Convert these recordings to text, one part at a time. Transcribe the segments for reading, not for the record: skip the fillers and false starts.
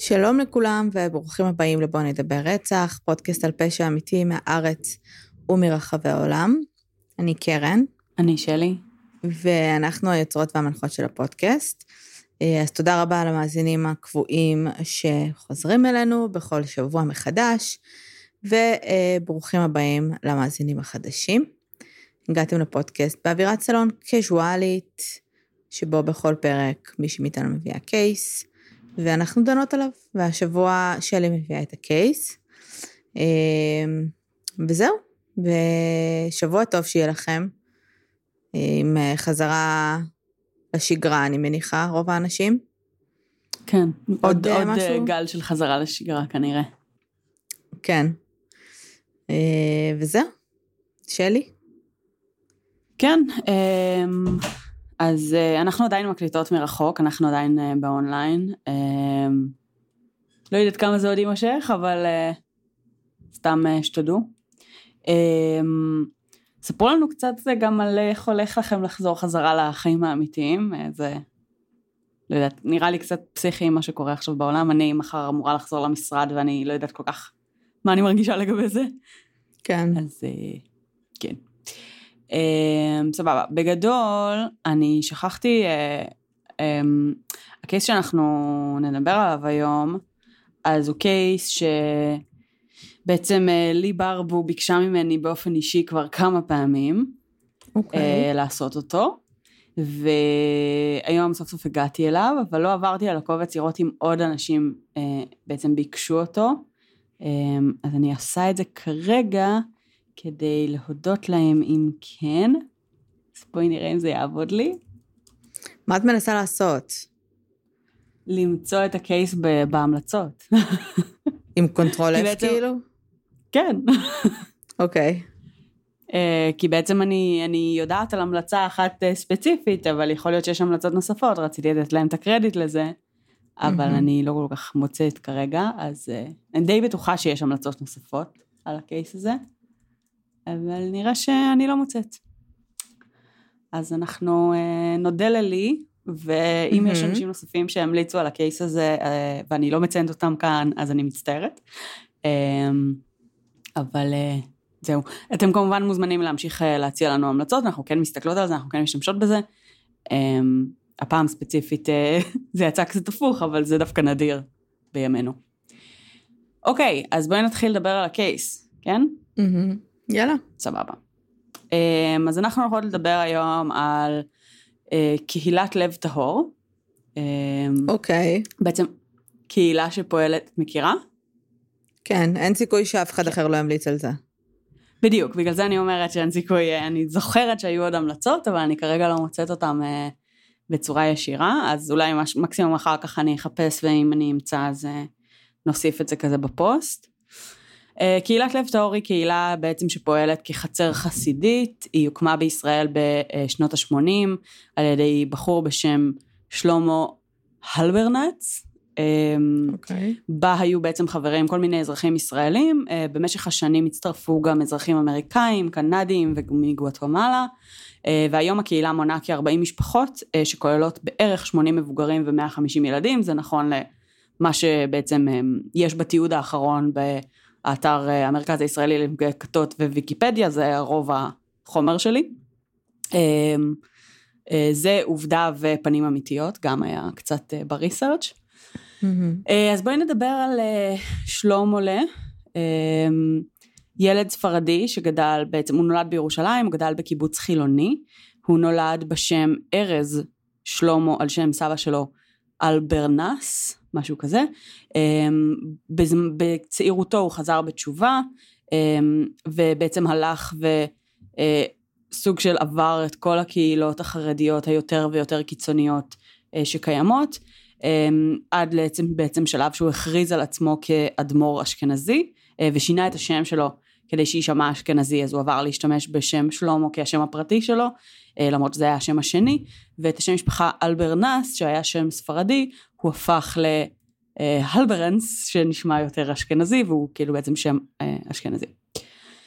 שלום לכולם וברוכים הבאים לבוא נדבר רצח, פודקאסט על פשע אמיתי מהארץ ומרחבי העולם. אני קרן. אני שלי. ואנחנו היוצרות והמנחות של הפודקאסט. אז תודה רבה על המאזינים הקבועים שחוזרים אלינו בכל שבוע מחדש, וברוכים הבאים למאזינים החדשים. הגעתם לפודקאסט באווירת סלון קזואלית, שבו בכל פרק מישהי מאיתנו מביאה קייס, ואנחנו דנות עליו, והשבוע שלי מביאה את הקייס, וזהו, ושבוע טוב שיהיה לכם, עם חזרה לשגרה, אני מניחה, רוב האנשים. כן, עוד משהו? גל של חזרה לשגרה כנראה. כן, וזהו, שלי. כן, אז אנחנו עדיין מקליטות מרחוק, אנחנו עדיין באונליין, לא יודעת כמה זה עוד יימשך, אבל סתם שתדעו. ספרו לנו קצת גם על איך הולך לכם לחזור חזרה לחיים האמיתיים, זה, לא יודעת, נראה לי קצת פסיכי מה שקורה עכשיו בעולם, אני מחר אמורה לחזור למשרד, ואני לא יודעת כל כך מה אני מרגישה לגבי זה. כן. אז כן. סבבה, בגדול אני שכחתי, הקייס שאנחנו נדבר עליו היום, אז הוא קייס שבעצם לי ברבו ביקשה ממני באופן אישי כבר כמה פעמים לעשות אותו, והיום סוף סוף הגעתי אליו, אבל לא עברתי על הקובץ לראות אם עוד אנשים בעצם ביקשו אותו, אז אני עושה את זה כרגע, כדי להודות להם אם כן. אז בואי נראה אם זה יעבוד לי. מה את מנסה לעשות? למצוא את הקייס בהמלצות. עם קונטרול F כאילו? כן. אוקיי. כי בעצם אני יודעת על המלצה אחת ספציפית, אבל יכול להיות שיש המלצות נוספות, רציתי לתת להם את הקרדיט לזה, אבל אני לא כל כך מוצאת כרגע, אז אני די בטוחה שיש המלצות נוספות על הקייס הזה. אבל נראה שאני לא מוצאת. אז אנחנו נודה ללי, ואם יש אנשים נוספים שהמליצו על הקייס הזה, ואני לא מציינת אותם כאן, אז אני מצטערת. אבל זהו. אתם כמובן מוזמנים להמשיך להציע לנו המלצות, אנחנו כן מסתכלות על זה, אנחנו כן משתמשות בזה. הפעם ספציפית זה יצא קצת הפוך, אבל זה דווקא נדיר בימינו. אוקיי, אז בואי נתחיל לדבר על הקייס, כן? יאללה. סבבה. אז אנחנו יכולים לדבר היום על קהילת לב טהור. אוקיי. בעצם קהילה שפועלת, מכירה? כן, אין סיכוי שאף אחד אחר לא ימליץ על זה. בדיוק, בגלל זה אני אומרת שאין סיכוי, אני זוכרת שהיו עוד המלצות, אבל אני כרגע לא מוצאת אותם בצורה ישירה, אז אולי מקסימום אחר כך אני אחפש, ואם אני אמצא אז נוסיף את זה כזה בפוסט. קהילת לב טהור היא קהילה בעצם שפועלת כחצר חסידית, היא הוקמה בישראל בשנות ה-80, על ידי בחור בשם שלמה הלברנץ, בה היו בעצם חברים כל מיני אזרחים ישראלים, במשך השנים הצטרפו גם אזרחים אמריקאים, קנדים ומגואטמלה, והיום הקהילה מונה כ-40 משפחות, שכוללות בערך 80 מבוגרים ו-150 ילדים, זה נכון למה שבעצם יש בתיעוד האחרון האתר המרכז הישראלי לנפגעי כתות וויקיפדיה, זה רוב החומר שלי. זה עובדה ופנים אמיתיות, גם היה קצת בריסרצ'. אז בואי נדבר על שלמה, ילד ספרדי שגדל, בעצם הוא נולד בירושלים, הוא גדל בקיבוץ חילוני, הוא נולד בשם ארז שלמה על שם סבא שלו אלברנס, משהו כזה, בצעירותו הוא חזר בתשובה, ובעצם הלך וסוג של עבר את כל הקהילות החרדיות היותר ויותר קיצוניות שקיימות, עד בעצם שלב שהוא הכריז על עצמו כאדמו"ר אשכנזי, ושינה את השם שלו כדי שישמע אשכנזי, אז הוא עבר להשתמש בשם שלמה כשם הפרטי שלו, למרות שזה היה השם השני, ואת השם משפחה אלברנס, שהיה שם ספרדי, הוא הפך להלברנס, שנשמע יותר אשכנזי, והוא כאילו בעצם שם אשכנזי.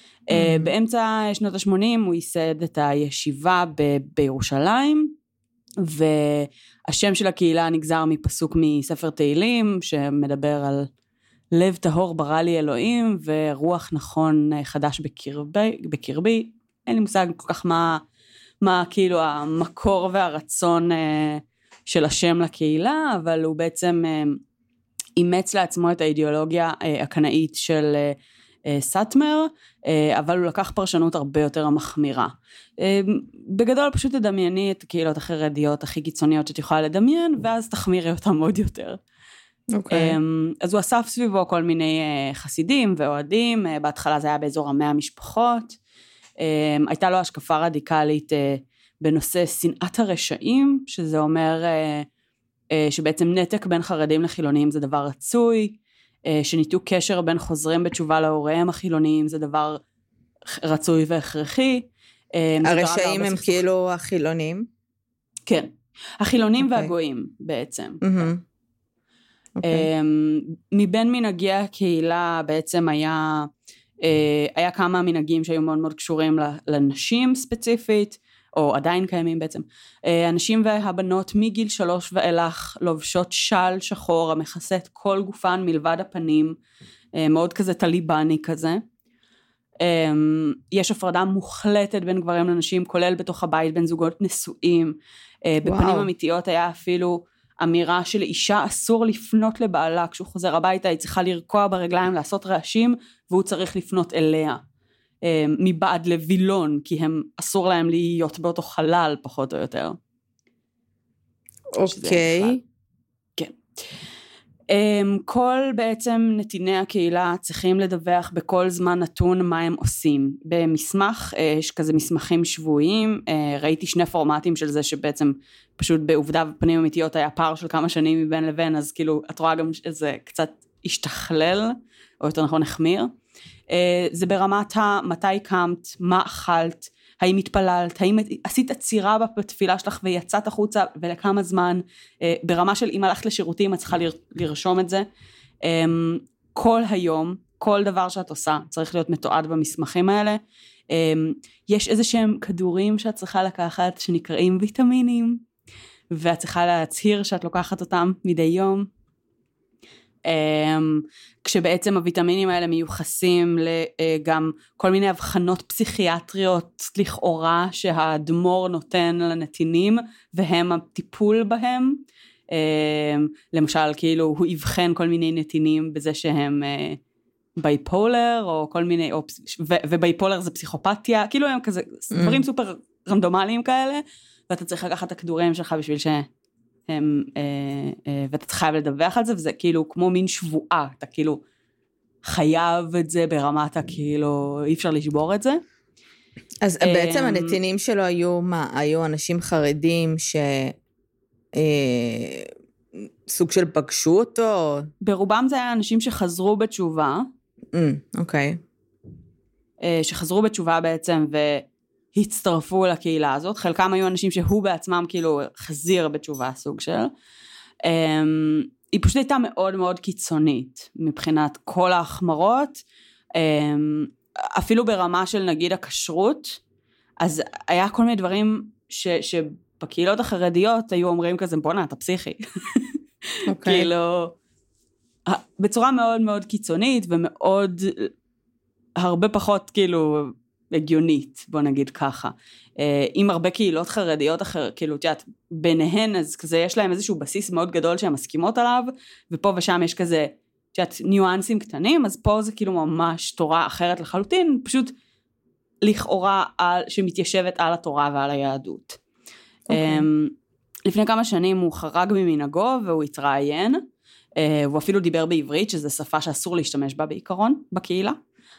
באמצע שנות ה-80 הוא ייסד את הישיבה בירושלים, והשם של הקהילה נגזר מפסוק מספר תהילים, שמדבר על לב טהור ברא לי אלוהים, ורוח נכון חדש בקרבי. אין לי מושג כל כך מה כאילו המקור והרצון של השם לקהילה, אבל הוא בעצם אימץ לעצמו את האידיאולוגיה הקנאית של סאטמר, אבל הוא לקח פרשנות הרבה יותר מחמירה. בגדול פשוט תדמייני את הקהילות החרדיות הכי קיצוניות שאת יכולה לדמיין, ואז תחמירי אותם עוד יותר. אז הוא אסף סביבו כל מיני חסידים ואוהדים, בהתחלה זה היה באזור 100 משפחות, הייתה לו השקפה רדיקלית בנושא שנאת הרשעים, שזה אומר שבעצם נתק בין חרדים לחילונים זה דבר רצוי, שניתוק קשר בין חוזרים בתשובה להוריהם החילוניים זה דבר רצוי והכרחי. הרשעים הם כאילו החילונים? כן, החילונים והגויים בעצם. מבין מנהגי הקהילה בעצם היה כמה מנהגים שהיו מאוד מאוד קשורים לנשים ספציפית, או עדיין קיימים בעצם. הנשים והבנות מגיל 3 ואילך לובשות של שחור המכסה את כל גופן מלבד הפנים, מאוד כזה טליבני כזה. יש הפרדה מוחלטת בין גברים לנשים, כולל בתוך הבית בין זוגות נשואים. בפנים אמיתיות היה אפילו אמירה של אישה אסור לפנות לבעלה, כשהוא חוזר הביתה היא צריכה לרקוע ברגליים, לעשות רעשים, והוא צריך לפנות אליה. מבעד לווילון, כי הם אסור להם להיות באותו חלל פחות או יותר. אוקיי. כן. כל בעצם נתיני הקהילה צריכים לדווח בכל זמן נתון מה הם עושים. במסמך, יש כזה מסמכים שבועיים, ראיתי 2 פורמטים של זה שבעצם פשוט בעובדה ופנים אמיתיות היה פער של כמה שנים מבין לבין, אז כאילו את רואה גם שזה קצת השתכלל, או יותר נכון החמיר. זה ברמת מתי קמת, מה אכלת, האם התפללת, האם עשית עצירה בתפילה שלך ויצאת החוצה ולכמה זמן, ברמה של אם הלכת לשירותים את צריכה לרשום את זה. כל היום, כל דבר שאת עושה צריך להיות מתועד במסמכים האלה. יש איזה שהם כדורים שאת צריכה לקחת שנקראים ויטמינים, ואת צריכה להצהיר שאת לוקחת אותם מדי יום. כשבעצם הוויטמינים האלה מיוחסים גם כל מיני הבחנות פסיכיאטריות לכאורה שהאדמו"ר נותן לנתינים והם הטיפול בהם. למשל כאילו הוא יבחן כל מיני נתינים בזה שהם בייפולר או כל מיני, ובייפולר זה פסיכופתיה, כאילו הם כזה דברים סופר רנדומליים כאלה, ואתה צריך לקחת את הכדורים שלך בשביל ואתה חייב לדווח על זה, וזה כאילו כמו מין שבועה, אתה כאילו חייב את זה ברמת כאילו, אי אפשר לשבור את זה. אז בעצם הנתינים שלו היו מה? היו אנשים חרדים סוג של פגשו אותו? ברובם זה היה אנשים שחזרו בתשובה. אוקיי. שחזרו בתשובה בעצם הצטרפו לקהילה הזאת, חלקם היו אנשים שהוא בעצמם כאילו חזיר בתשובה סוג של, היא פשוט הייתה מאוד מאוד קיצונית, מבחינת כל ההחמרות, אפילו ברמה של נגיד הכשרות, אז היה כל מיני דברים שבקהילות החרדיות היו אומרים כזה, בונה אתה פסיכי, כאילו, בצורה מאוד מאוד קיצונית, ומאוד, הרבה פחות כאילו, הגיונית, בוא נגיד ככה. עם הרבה קהילות חרדיות אחר, כאילו, תיאת, ביניהן, אז כזה יש להם איזשהו בסיס מאוד גדול שהן מסכימות עליו, ופה ושם יש כזה, תיאת, ניואנסים קטנים, אז פה זה כאילו ממש תורה אחרת לחלוטין, פשוט לכאורה שמתיישבת על התורה ועל היהדות. לפני כמה שנים הוא חרג ממנהגו, והוא התראיין, הוא אפילו דיבר בעברית, שזו שפה שאסור להשתמש בה בעיקרון, בקהילה.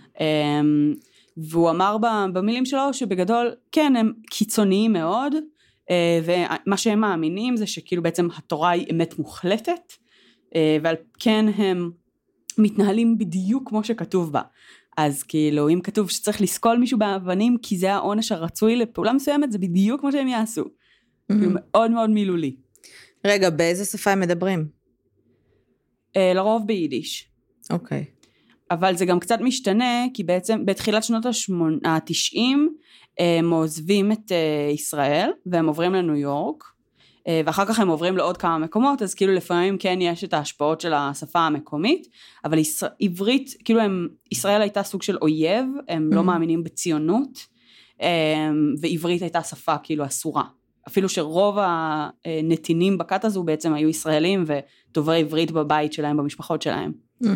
והוא אמר במילים שלו שבגדול, כן, הם קיצוניים מאוד, ומה שהם מאמינים זה שכאילו בעצם התורה היא אמת מוחלטת, ועל כן הם מתנהלים בדיוק כמו שכתוב בה. אז כאילו, אם כתוב שצריך לסקול מישהו באבנים, כי זה העונש הרצוי לפעולה מסוימת, זה בדיוק כמו שהם יעשו. מאוד מאוד מילולי. רגע, באיזה שפה הם מדברים? לרוב ביידיש. אוקיי. אבל זה גם קצת משתנה, כי בעצם בתחילת שנות ה-90, הם עוזבים את ישראל, והם עוברים לניו יורק, ואחר כך הם עוברים לעוד כמה מקומות, אז כאילו לפעמים כן יש את ההשפעות של השפה המקומית, אבל עברית, כאילו ישראל הייתה סוג של אויב, הם לא מאמינים בציונות, ועברית הייתה שפה כאילו אסורה. אפילו שרוב הנתינים בכת הזו בעצם היו ישראלים, ודוברי עברית בבית שלהם, במשפחות שלהם.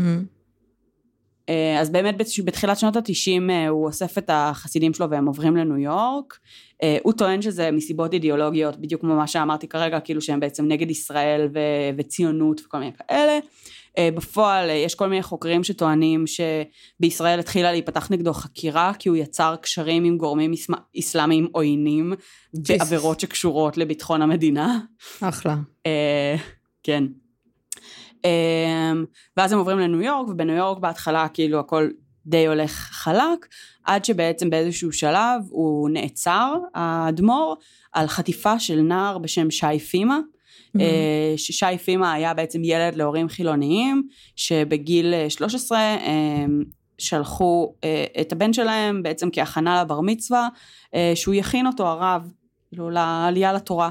אז באמת בתחילת שנות ה-90 הוא אוסף את החסידים שלו והם עוברים לניו יורק, הוא טוען שזה מסיבות אידיאולוגיות, בדיוק כמו מה שאמרתי כרגע, כאילו שהם בעצם נגד ישראל וציונות וכל מיני כאלה, בפועל יש כל מיני חוקרים שטוענים שבישראל התחילה להיפתח נגדו חקירה, כי הוא יצר קשרים עם גורמים אסלאמיים עוינים, בעבירות שקשורות לביטחון המדינה. אחלה. כן. ואז הם עוברים לניו יורק, ובניו יורק בהתחלה כאילו הכל די הולך חלק, עד שבעצם באיזשהו שלב הוא נעצר, האדמו"ר, על חטיפה של נער בשם שי פימה, ששי פימה היה בעצם ילד להורים חילוניים, שבגיל 13 שלחו את הבן שלהם בעצם כהכנה לבר מצווה, שהוא יכין אותו הרב, כאילו לעלייה לתורה.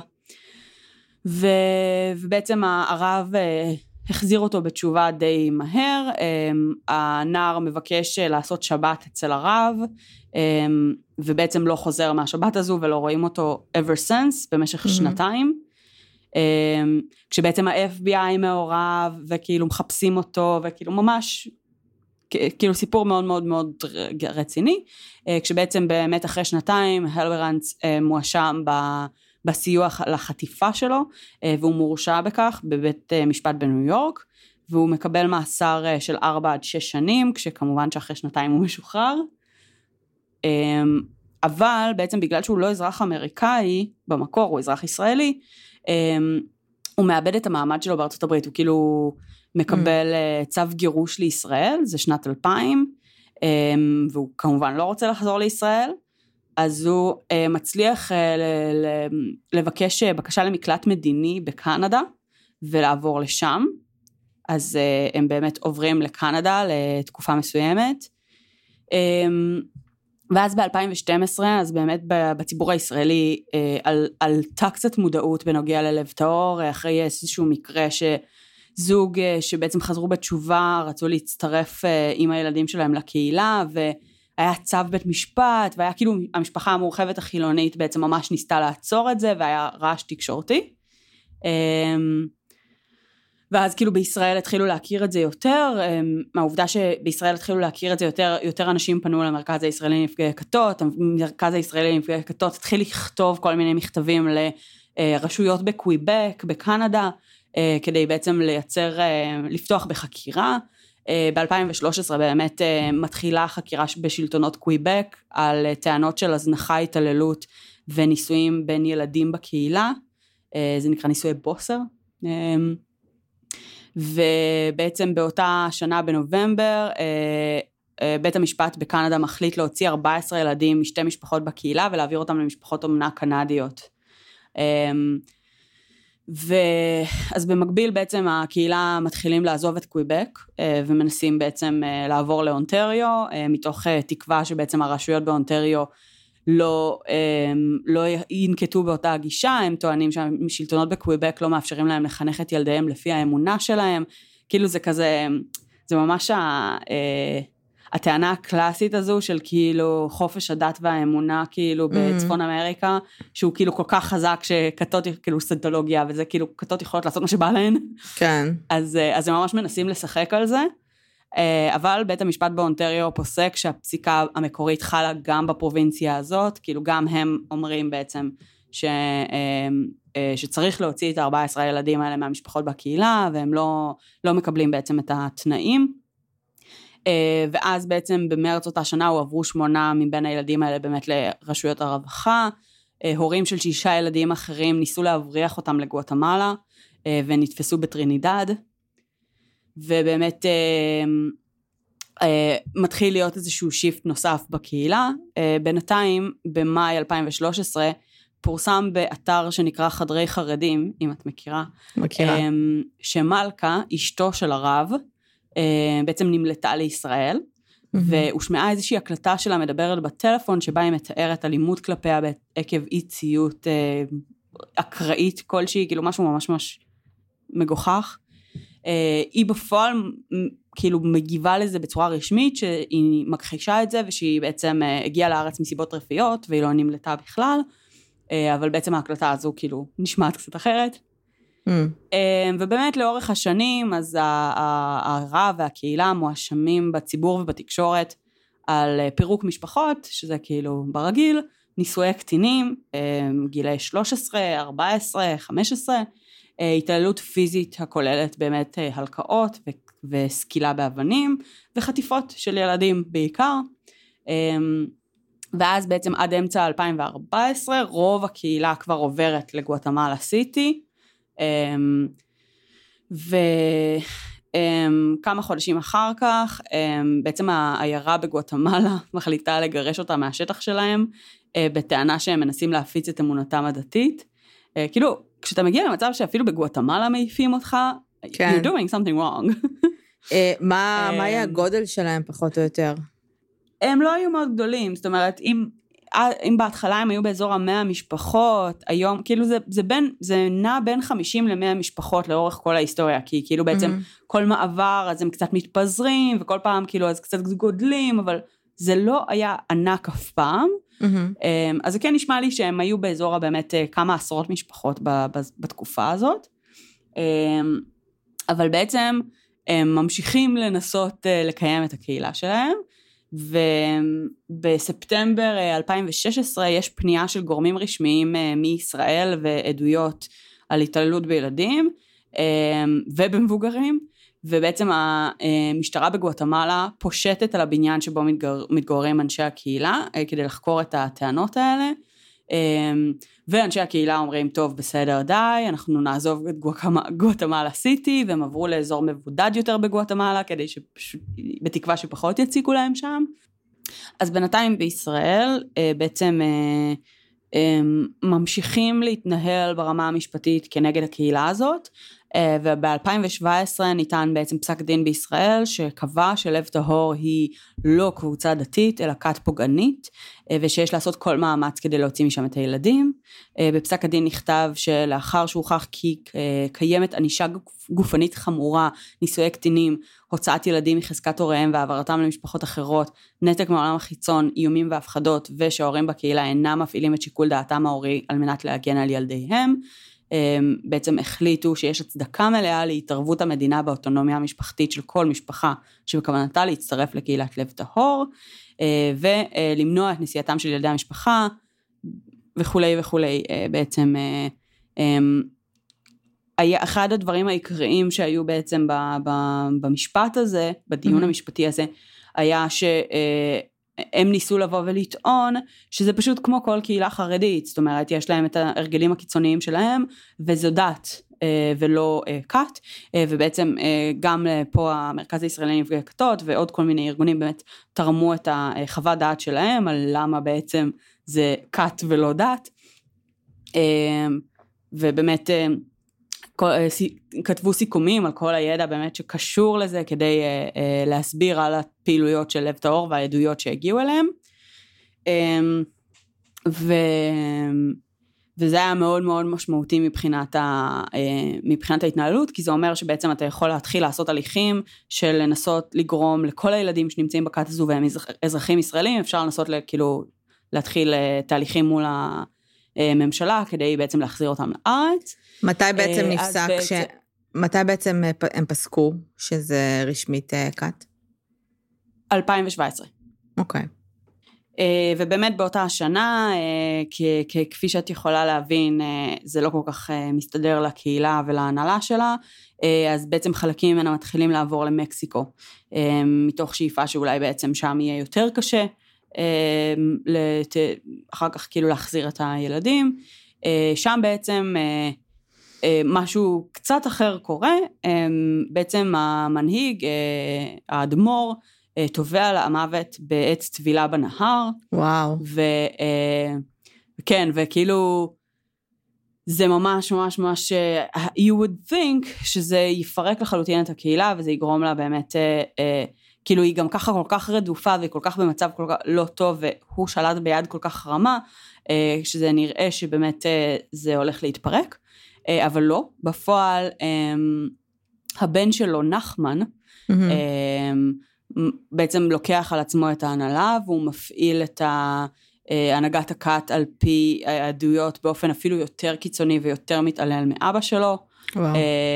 ובעצם הרב החזיר אותו בתשובה די מהר, הנער מבקש לעשות שבת אצל הרב, ובעצם לא חוזר מהשבת הזו, ולא רואים אותו ever since, במשך שנתיים, כשבעצם ה-FBI מעורב, וכאילו מחפשים אותו, וכאילו ממש, כאילו סיפור מאוד מאוד מאוד רציני, כשבעצם באמת אחרי שנתיים, הלברנץ מואשם בסיוע לחטיפה שלו, והוא מורשע בכך בבית משפט בניו יורק, והוא מקבל מאסר של 4 עד 6 שנים, כשכמובן שאחרי שנתיים הוא משוחרר, אבל בעצם בגלל שהוא לא אזרח אמריקאי, במקור הוא אזרח ישראלי, הוא מאבד את המעמד שלו בארצות הברית, הוא כאילו מקבל צו גירוש לישראל, זה שנת 2000, והוא כמובן לא רוצה לחזור לישראל, אז הוא מצליח לבקש בקשה למקלט מדיני בקנדה, ולעבור לשם, אז הם באמת עוברים לקנדה לתקופה מסוימת, ואז ב-2012, אז באמת בציבור הישראלי עלתה קצת מודעות בנוגע ללב טהור, אחרי איזשהו מקרה שזוג שבעצם חזרו בתשובה, רצו להצטרף עם הילדים שלהם לקהילה, והיה צו בית משפט, והיה כאילו המשפחה המורחבת החילונית בעצם ממש ניסתה לעצור את זה, והיה רעש תקשורתי. ואז כאילו בישראל התחילו להכיר את זה יותר, מהעובדה שבישראל התחילו להכיר את זה יותר אנשים פנו למרכז הישראלי לנפגעי כתות, המרכז הישראלי לנפגעי כתות התחיל לכתוב כל מיני מכתבים לרשויות בקוויבק, בקנדה, כדי בעצם לפתוח בחקירה. ב-2013 באמת מתחילה חקירה בשלטונות קוויבק, על טענות של הזנחה, התעללות וניסויים בין ילדים בקהילה, זה נקרא ניסויי בוסר, ובעצם באותה שנה בנובמבר, בית המשפט בקנדה מחליט להוציא 14 ילדים משתי משפחות בקהילה, ולהעביר אותם למשפחות אומנה קנדיות. אז במקביל בעצם הקהילה מתחילים לעזוב את קוויבק, ומנסים בעצם לעבור לאונטריו, מתוך תקווה שבעצם הרשויות באונטריו לא ינקטו באותה הגישה, הם טוענים שהשלטונות בקוויבק לא מאפשרים להם לחנך את ילדיהם לפי האמונה שלהם, כאילו זה כזה, זה ממש הטענה הקלאסית הזו של כאילו חופש הדת והאמונה כאילו בצפון אמריקה, שהוא כאילו כל כך חזק שכתות כאילו סנטולוגיה, וזה כאילו כתות יכולות לעשות מה שבא להן. כן. אז הם ממש מנסים לשחק על זה, אבל בית המשפט באונטריו פוסק שהפסיקה המקורית חלה גם בפרובינציה הזאת, כאילו גם הם אומרים בעצם שצריך להוציא את 14 הילדים האלה מהמשפחות בקהילה, והם לא מקבלים בעצם את התנאים, ואז בעצם במרץ אותה שנה הועברו 8 מבין הילדים האלה באמת לרשויות הרווחה, הורים של 6 ילדים אחרים ניסו להבריח אותם לגואטמלה, ונתפסו בטרינידד, ובאמת מתחיל להיות איזשהו שיפט נוסף בקהילה. בינתיים במאי 2013 פורסם באתר שנקרא חדרי חרדים, אם את מכירה, שמלכה, אשתו של הרב, בעצם נמלטה לישראל, והושמעה איזושהי הקלטה שלה מדברת בטלפון, שבה היא מתארת אלימות כלפיה עקב אי ציות אקראית כלשהי, כאילו משהו ממש ממש מגוחך. היא בפועל כאילו מגיבה לזה בצורה רשמית, שהיא מכחישה את זה, ושהיא בעצם הגיעה לארץ מסיבות רפואיות, והיא לא נמלטה בכלל, אבל בעצם ההקלטה הזו כאילו נשמעת קצת אחרת. ובאמת לאורך השנים, אז הרב והקהילה מואשמים בציבור ובתקשורת, על פירוק משפחות, שזה כאילו ברגיל, נישואי קטינים, גילי 13, 14, 15, התעללות פיזית הכוללת באמת הלקאות וסקילה באבנים, וחטיפות של ילדים בעיקר. ואז בעצם עד אמצע 2014, רוב הקהילה כבר עוברת לגואטמלה סיטי, וכמה חודשים אחר כך, בעצם העיירה בגואטמלה מחליטה לגרש אותה מהשטח שלהם, בטענה שהם מנסים להפיץ את אמונתם הדתית. כאילו, כשאתה מגיע למצב שאפילו בגואטמלה מעיפים אותך, you're doing something wrong. מה היה הגודל שלהם פחות או יותר? הם לא היו מאוד גדולים, זאת אומרת, אם בהתחלה הם היו באזור 100 משפחות, היום, כאילו זה נע בין 50 ל-100 משפחות לאורך כל ההיסטוריה, כי כאילו בעצם כל מעבר, אז הם קצת מתפזרים, וכל פעם כאילו אז קצת גודלים, אבל זה לא היה ענק אף פעם, אז זה כן נשמע לי שהם היו באזור באמת כמה עשרות משפחות בתקופה הזאת, אבל בעצם הם ממשיכים לנסות לקיים את הקהילה שלהם, ובספטמבר 2016 יש פנייה של גורמים רשמיים מישראל ועדויות על התעללות בילדים ובמבוגרים, ובעצם המשטרה בגואטמלה פושטת על הבניין שבו מתגוררים אנשי הקהילה, כדי לחקור את הטענות האלה, ואנשי הקהילה אומרים, טוב, בסדר, די, אנחנו נעזוב את גואטמלה סיטי, והם עברו לאזור מבודד יותר בגואטמלה, כדי בתקווה שפחות יציקו להם שם. אז בינתיים בישראל, בעצם ממשיכים להתנהל ברמה המשפטית כנגד הקהילה הזאת, וב-2017 ניתן בעצם פסק דין בישראל שקבע שלב טהור היא לא קבוצה דתית אלא כת פוגענית, ושיש לעשות כל מאמץ כדי להוציא משם את הילדים. בפסק הדין נכתב שלאחר שהוכח כי קיימת ענישה גופנית חמורה, נישואי קטינים, הוצאת ילדים מחזקת הוריהם והעברתם למשפחות אחרות, נתק מעולם החיצון, איומים והפחדות, ושההורים בקהילה אינם מפעילים את שיקול דעתם ההורי על מנת להגן על ילדיהם, בעצם החליטו שיש הצדקה מלאה להתערבות המדינה באוטונומיה המשפחתית של כל משפחה שבכוונתה להצטרף לקהילת לב טהור, ולמנוע את נסיעתם של ילדי המשפחה וכולי וכולי. בעצם אחד הדברים העיקריים שהיו בעצם במשפט הזה, בדיון המשפטי הזה, היה הם ניסו לבוא ולטעון שזה פשוט כמו כל קהילה חרדית, זאת אומרת יש להם את ההרגלים הקיצוניים שלהם, וזו דת ולא כת, ובעצם גם פה המרכז הישראלי לנפגעי כתות ועוד כל מיני ארגונים באמת תרמו את החוות דעת שלהם על למה בעצם זה כת ולא דת, ובאמת כתבו סיכומים על כל הידע באמת שקשור לזה, כדי להסביר על הפעילויות של לב טהור והעדויות שהגיעו אליהם, וזה היה מאוד מאוד משמעותי מבחינת ההתנהלות, כי זה אומר שבעצם אתה יכול להתחיל לעשות הליכים של לנסות לגרום לכל הילדים שנמצאים בכת הזו והם אזרחים ישראלים, אפשר לנסות כאילו להתחיל תהליכים מול הממשלה כדי בעצם להחזיר אותם לארץ. מתי בעצם נפסק מתי בעצם הם פסקו שזה רשמית כת? 2017. אוקיי. ובאמת באותה השנה, כפי שאת יכולה להבין, זה לא כל כך מסתדר לקהילה ולהנהלה שלה, אז בעצם חלקים ממנה מתחילים לעבור למקסיקו, מתוך שאיפה שאולי בעצם שם יהיה יותר קשה, אחר כך כאילו להחזיר את הילדים. שם בעצם משהו קצת אחר קורה, בעצם המנהיג, האדמו"ר, תובע למוות בעץ טבילה בנהר. וואו. וכן, וכאילו, זה ממש ממש ממש, you would think שזה יפרק לחלוטין את הקהילה, וזה יגרום לה באמת, כאילו היא גם ככה כל כך רדופה, והיא כל כך במצב כל כך לא טוב, והוא שלט ביד כל כך רמה, שזה נראה שבאמת זה הולך להתפרק, אבל לא, בפועל הבן שלו נחמן, בעצם לוקח על עצמו את ההנהלה, והוא מפעיל את הנהגת הכת על פי העדויות, באופן אפילו יותר קיצוני ויותר מתעלל מאבא שלו. וואו.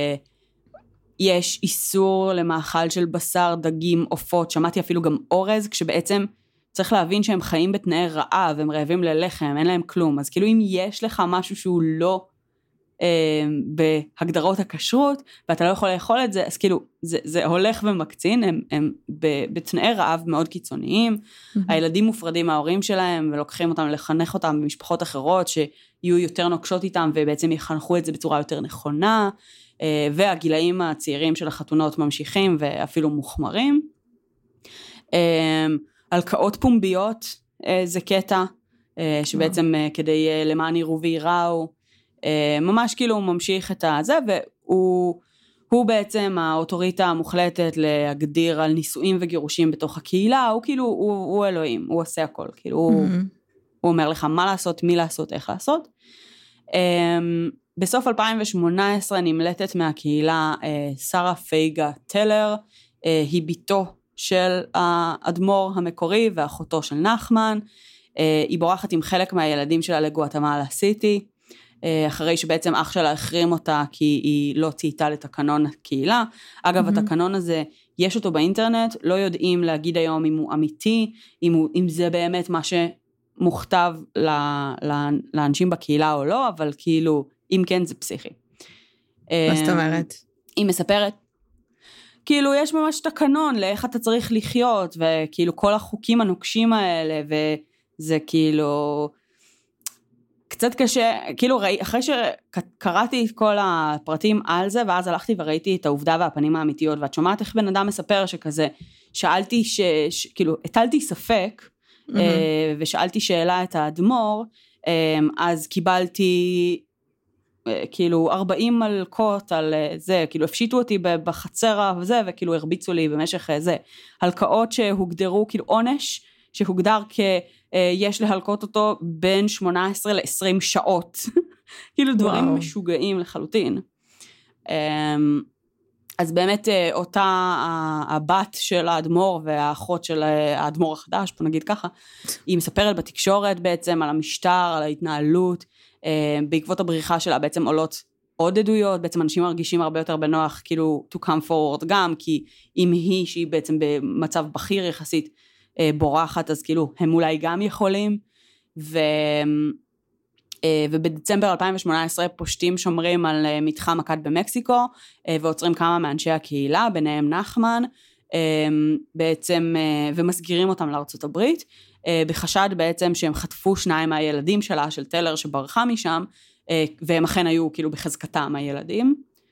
יש איסור למאכל של בשר, דגים, עופות, שמעתי אפילו גם אורז, כשבעצם צריך להבין שהם חיים בתנאי רעב, הם רעבים ללחם, אין להם כלום, אז כאילו אם יש לך משהו שהוא לא בהגדרות הכשרות, ואתה לא יכול לאכול את זה, אז כאילו זה הולך ומקצין, הם בתנאי רעב מאוד קיצוניים, הילדים מופרדים מההורים שלהם, ולוקחים אותם לחנך אותם במשפחות אחרות, שיהיו יותר נוקשות איתם, ובעצם יחנכו את זה בצורה יותר נכונה, והגילאים הצעירים של החתונות ממשיכים, ואפילו מוחמרים. הלקאות פומביות, זה קטע, שבעצם כדי למען יראו ויראו, ממש כאילו הוא ממשיך את הזה, והוא בעצם האוטוריטה המוחלטת להגדיר על נישואים וגירושים בתוך הקהילה, הוא כאילו, הוא אלוהים, הוא עושה הכל, כאילו הוא אומר לך מה לעשות, מי לעשות, איך לעשות. בסוף 2018 נמלטת מהקהילה שרה פייגה טלר, היא ביתו של האדמו"ר המקורי ואחותו של נחמן, היא בורחת עם חלק מהילדים שלה לגואטמלה סיטי, אחרי שבעצם אח שלה החרים אותה כי היא לא צייתה לתקנון הקהילה. אגב, התקנון הזה, יש אותו באינטרנט, לא יודעים להגיד היום אם הוא אמיתי, אם זה באמת מה שמוכתב לאנשים בקהילה או לא, אבל כאילו, אם כן זה פסיכי. מה זאת אומרת? היא מספרת, כאילו יש ממש תקנון לאיך אתה צריך לחיות, וכאילו כל החוקים הנוקשים האלה, וזה כאילו קצת קשה, כאילו אחרי שקראתי את כל הפרטים על זה, ואז הלכתי וראיתי את העובדה והפנים האמיתיות, ואת שומעת איך בן אדם מספר שכזה, שאלתי כאילו, הטלתי ספק, ושאלתי שאלה את האדמו"ר, אז קיבלתי כאילו 40 מלכות על זה, כאילו הפשיטו אותי בחצר וזה, וכאילו הרביצו לי במשך זה, הלקאות שהוגדרו, כאילו עונש שהוגדר יש להלקות אותו בין 18 ל-20 שעות, כאילו דברים משוגעים לחלוטין. אז באמת אותה הבת של האדמו"ר והאחות של האדמו"ר החדש, בוא נגיד ככה, היא מספרת בתקשורת בעצם על המשטר, על ההתנהלות, בעקבות הבריחה שלה בעצם עולות עוד עדויות, בעצם אנשים מרגישים הרבה יותר בנוח, כאילו to come forward גם, כי אם היא שהיא בעצם במצב בכיר יחסית בורחת, אז כאילו הם אולי גם יכולים, ובדצמבר 2018 פושטים שומרים על מתחם מכת במקסיקו, ועוצרים כמה מאנשי הקהילה, ביניהם נחמן, בעצם, ומסגירים אותם לארצות הברית, בחשד בעצם שהם חטפו 2 מהילדים שלה, של טלר שברחה משם, והם אכן היו כאילו בחזקתם הילדים.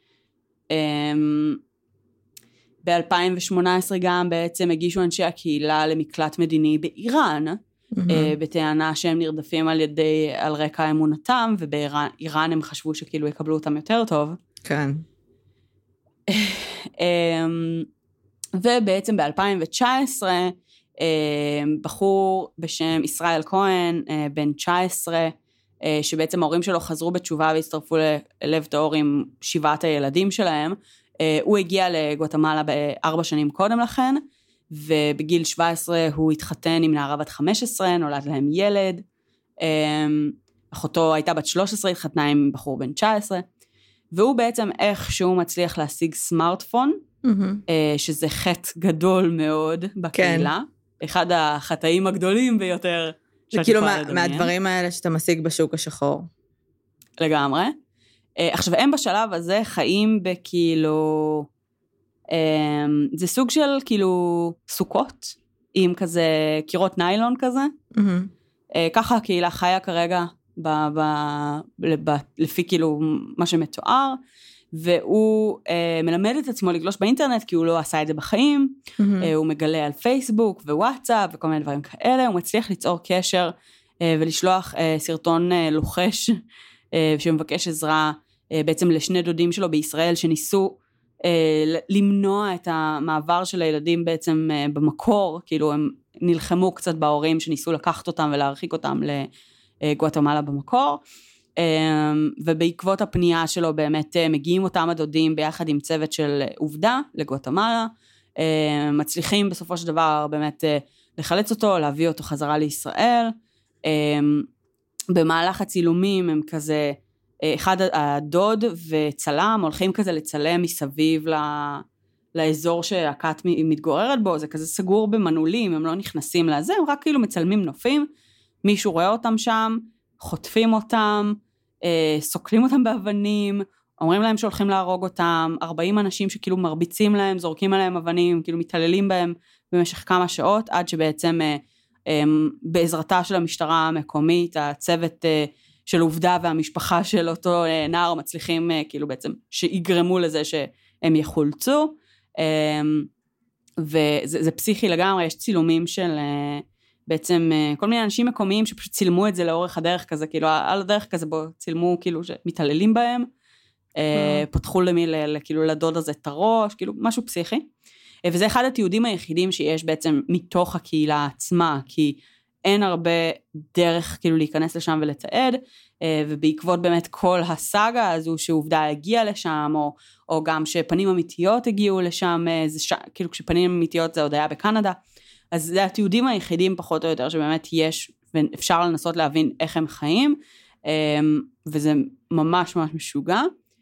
ב-2018 גם בעצם הגישו אנשי הקהילה למקלט מדיני באיראן, בטענה שהם נרדפים על רקע אמונתם, ובאיראן הם חשבו שכאילו יקבלו אותם יותר טוב. כן. ובעצם ב-2019, בחור בשם ישראל כהן, בן 19, שבעצם ההורים שלו חזרו בתשובה והצטרפו ללב טהור עם 7 הילדים שלהם, הוא הגיע לגואטמלה ב4 שנים קודם לכן, ובגיל 17 הוא התחתן עם נערה בת 15, נולד להם ילד, אחותו הייתה בת 13, התחתנה עם בחור בן 19, והוא בעצם איכשהו מצליח להשיג סמארטפון, שזה חטא גדול מאוד בקהילה, אחד החטאים הגדולים ביותר. זה כאילו מהדברים האלה שאתה משיג בשוק השחור. לגמרי. עכשיו הם בשלב הזה חיים בכאילו, זה סוג של כאילו סוכות, עם כזה קירות ניילון כזה, ככה הקהילה חיה כרגע, לפי כאילו מה שמתואר, והוא מלמד את עצמו לגלוש באינטרנט, כי הוא לא עשה את זה בחיים, הוא מגלה על פייסבוק ווואטסאפ וכל מיני דברים כאלה, הוא מצליח ליצור קשר ולשלוח סרטון לוחש, שמבקש עזרה בעצם לשני דודים שלו בישראל, שניסו למנוע את המעבר של הילדים בעצם במקור, כאילו הם נלחמו קצת בהורים שניסו לקחת אותם ולהרחיק אותם לגואטמלה במקור, ובעקבות הפנייה שלו באמת מגיעים אותם הדודים ביחד עם צוות של עובדה לגואטמלה, מצליחים בסופו של דבר באמת לחלץ אותו, להביא אותו חזרה לישראל. במהלך הצילומים הם כזה, אחד הדוד וצלם הולכים כזה לצלם מסביב לאזור שהכת מתגוררת בו, זה כזה סגור במנעולים, הם לא נכנסים לזה, הם רק כאילו מצלמים נופים, מישהו רואה אותם שם, חוטפים אותם, סוקלים אותם באבנים, אומרים להם שהולכים להרוג אותם, 40 אנשים שכאילו מרביצים להם, זורקים עליהם אבנים, כאילו מתעללים בהם במשך כמה שעות, עד שבעצם בעזרתה של המשטרה המקומית, הצוות של עובדה והמשפחה של אותו נער מצליחים כאילו בעצם שיגרמו לזה שהם יחולצו, וזה פסיכי לגמרי, יש צילומים של בעצם כל מיני אנשים מקומיים שפשוט צילמו את זה לאורך הדרך כזה, כאילו על הדרך כזה בו צילמו כאילו שמתעללים בהם, פתחו כאילו לדוד הזה את הראש, כאילו משהו פסיכי, וזה אחד התיעודים היחידים שיש בעצם מתוך הקהילה עצמה, כי אין הרבה דרך כאילו להיכנס לשם ולתעד, ובעקבות באמת כל הסאגה הזו שעובדה הגיעה לשם, או גם שפנים אמיתיות הגיעו לשם, כאילו כשפנים אמיתיות זה עוד היה בקנדה, אז זה התיעודים היחידים פחות או יותר שבאמת יש, ואפשר לנסות להבין איך הם חיים, וזה ממש ממש משוגע.